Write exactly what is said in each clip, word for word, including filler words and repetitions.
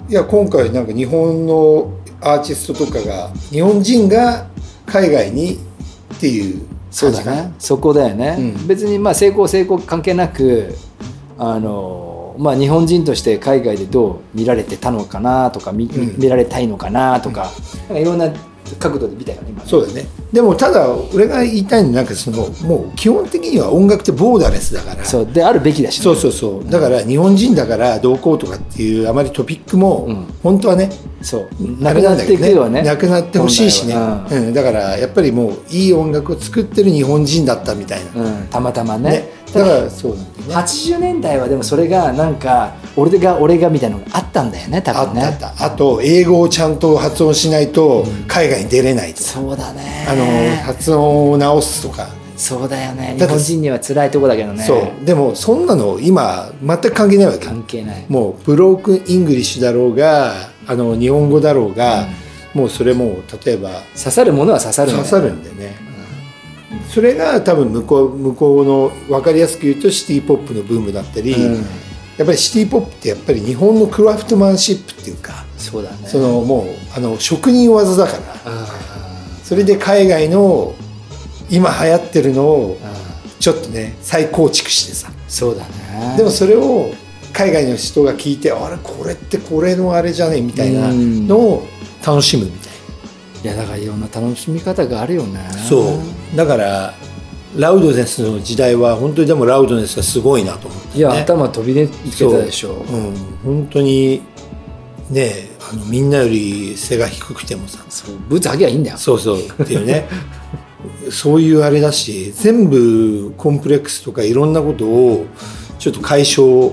いや今回なんか日本のアーティストとかが日本人が海外にっていうそうだね、そこだよね、うん、別にまあ成功成功関係なくあの、まあ、日本人として海外でどう見られてたのかなとか 見,、うん、見られたいのかなとか、うん、なんかいろんな角度で見たよね今ね。 そうだね。でもただ俺が言いたいのはなんかそのもう基本的には音楽ってボーダーレスだからそうであるべきだし、ね、 そうそうそう、だから日本人だからどうこうとかっていうあまりトピックも本当はね、 うん、そうなくなっていくよね、 なくなってほしいしね、うんうん、だからやっぱりもういい音楽を作ってる日本人だったみたいな、 うん、たまたま ね, ねだからそうなんだよね。 はちじゅうねんだいはでもそれがなんか俺が俺がみたいなのがあったんだよね多分ね。 あったあった。あと英語をちゃんと発音しないと海外に出れないとか、 うん、そうだね、 あの発音を直すとか。 そうだよね、日本人には辛いとこだけどね。 そうでもそんなの今全く関係ないわけ。 関係ない。もうブロークンイングリッシュだろうがあの日本語だろうが、うん、もうそれも例えば刺さるものは刺さるんだよね。 刺さるんだよね、うん、それが多分向こう向こうの分かりやすく言うとシティポップのブームだったり、うん、やっぱりシティポップってやっぱり日本のクラフトマンシップっていうか、 そうだね、 そのもうあの職人技だから、それで海外の今流行ってるのをちょっとね再構築してさ。 そうだね。 でもそれを海外の人が聞いて、あれこれってこれのあれじゃねみたいなのを楽しむみたいな。いやだからいろんな楽しみ方があるよね。 そうだからラウドネスの時代は本当にでもラウドネスはすごいなと思って、ね、 いや頭飛び出てたでしょ。う、 うん、本当にね、あのみんなより背が低くてもさ、 そうブーツ履きゃいいんだよ。 そうそうっていうねそういうあれだし、全部コンプレックスとかいろんなことをちょっと解消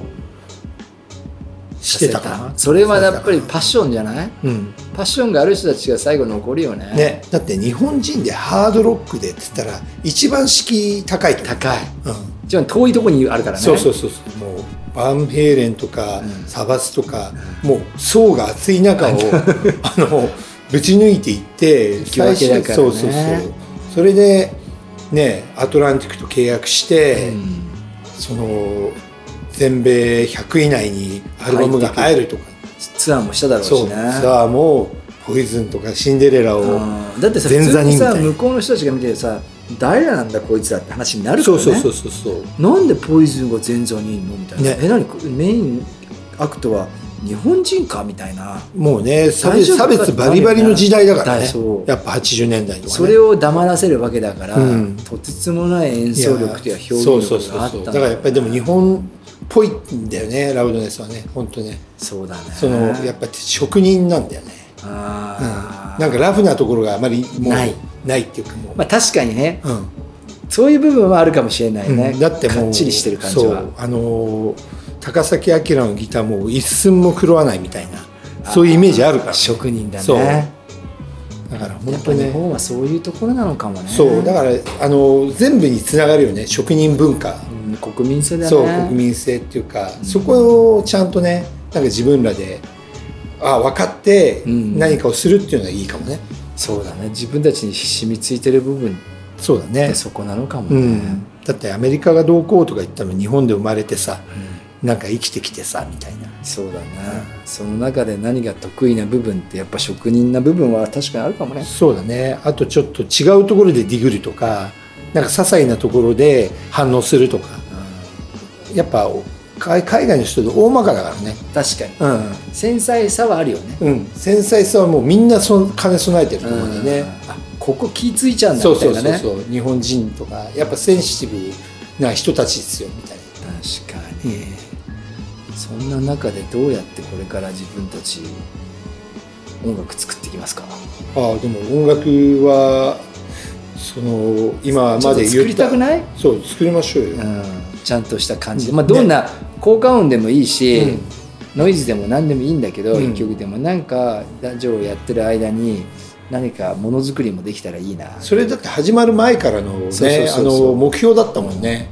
してたかな。 それはやっぱりパッションじゃない、 うん、 パッションがある人たちが最後残るよ ね, ね。だって日本人でハードロックでって言ったら一番敷居高いと高い、うん、一番遠いところにあるからね。 そうそうそうそう、もうバンヘイレンとか、うん、サバスとか、うん、もう層が厚い中をあのぶち抜いていって最終だからね。 そうそうそう、それでねアトランティックと契約して、うん、その全米ひゃく以内にアルバムが入るとか、 ツアーもしただろうしね。そうツアーもポイズンとかシンデレラをだってさ普通にさ向こうの人たちが見てさ誰なんだこいつらって話になるからね。 そうそうそうそうそう、 なんでポイズンが前座にいんのみたいな、ね、え何メインアクトは日本人かみたいな。 もうね差別、差別バリバリの時代だからね。やっぱはちじゅうねんだいとかね。 それを黙らせるわけだから、うん、とてつもない演奏力というか表現力があったんだ。 だからやっぱりでも日本っぽいんだよねラウドネスはね、本当ね。 そうだね。 そのやっぱり職人なんだよね。あ、うん、なんかラフなところがあまりもうないないっていうかもう、 まあ、確かにね、うん、そういう部分はあるかもしれないね、 うん、だってもうかっちりしてる感じは。 そうあの高崎明のギターも一寸も狂わないみたいな、そういうイメージあるから、ね、 職人だね。 そうだから本当に、ね、 日本はそういうところなのかもね。 そうだからあの全部につながるよね、職人文化、 うん、国民性だね。 そう国民性っていうか、うん、そこをちゃんとねなんか自分らであ分かって何かをするっていうのがいいかもね、 うん、そうだね。自分たちに染みついてる部分そうだね、 そこなのかもね、 うん、だってアメリカがどうこうとか言ったの日本で生まれてさ、うん、なんか生きてきてさみたいな。 そうだね、うん、その中で何が得意な部分ってやっぱ職人な部分は確かにあるかもね。 そうだね。あとちょっと違うところでディグるとか、なんか些細なところで反応するとか、うん、やっぱ海外の人で大まかだからね。 確かに、うん、繊細さはあるよね、 うん、繊細さはもうみんなそ兼ね備えてると思うんでね、うん、 あここ気ついちゃうんだみたいなね。 そうそうそうそう、日本人とかやっぱセンシティブな人たちですよみたいな。 確かに、うん、そんな中でどうやってこれから自分たち音楽作っていきますか。 ああでも音楽はその今まで言った作りたくない？ そう作りましょうよ、うん、 ちゃんとした感じで、まあ、どんな効果音でもいいし、ね、ノイズでも何でもいいんだけど、うん、一曲でもなんかラジオをやってる間に何かものづくりもできたらいいな。 それだって始まる前からのね目標だったもんね、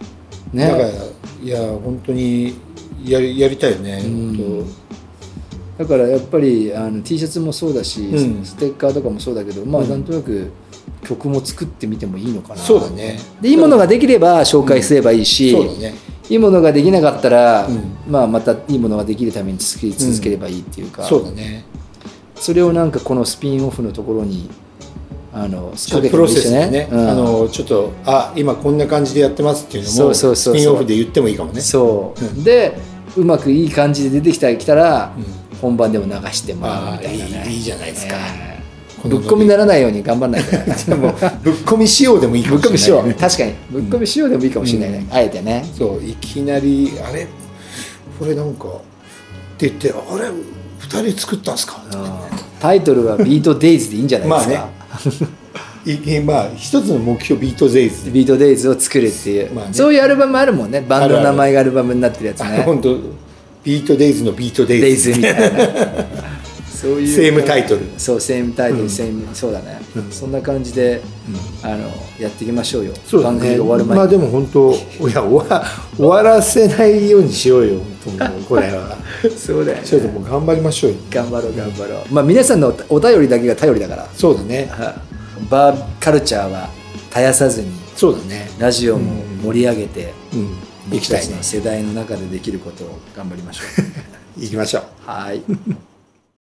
ね。だからいや本当にやり、やりたいよね、うん、 だからやっぱりあの T シャツもそうだし、 うん、 ステッカーとかもそうだけど、まあうんなんとなく曲も作ってみてもいいのかな。 そうだね。 でいいものができれば紹介すればいいし、 うん、そうだね。 いいものができなかったら、 うん、 まあまたいいものができるために作り続ければいいっていうか、 うん、そうだね。 それをなんかこのスピンオフのところにあのかけてプロセスでね、うん、あのちょっとあ今こんな感じでやってますっていうのもスピンオフで言ってもいいかもね。 そう、うん、でうまくいい感じで出てきたら来たら、うん、本番でも流してもらうみたいなね。 いい、いいじゃないですか、 えー、ぶっ込みにならないように頑張らないとでもぶっ込みしようでもいいかもしれない、ね、ぶっ込みしよう確かにぶっ込みしようでもいいかもしれないね、うん、あえてね。 そういきなりあれこれなんかって言ってあれふたり作ったんですか、ね、 タイトルはビートデイズでいいんじゃないですか。まあねまあ一つの目標ビートデイズビートデイズを作るっていう、まあね、そういうアルバムあるもんね。バンドの名前がアルバムになってるやつね。 本当ビートデイズのビートデイズデイズみたいなそういうセームタイトルそうセームタイトル、うん、セームそうだね、うん、そんな感じで、うん、あのやっていきましょうよ。 そうだね、 番組が終わる前に。 まあでも本当いや終わ終わらせないようにしようよ本当これはそうだよね。 ちょっともう頑張りましょうよ。 頑張ろう頑張ろう、まあ皆さんのお便りだけが頼りだから。 そうだね。 バーカルチャーは絶やさずに、 そうだね、 ラジオも盛り上げて、 うんうん、 僕たちの世代の中でできることを頑張りましょう行きましょう。 はい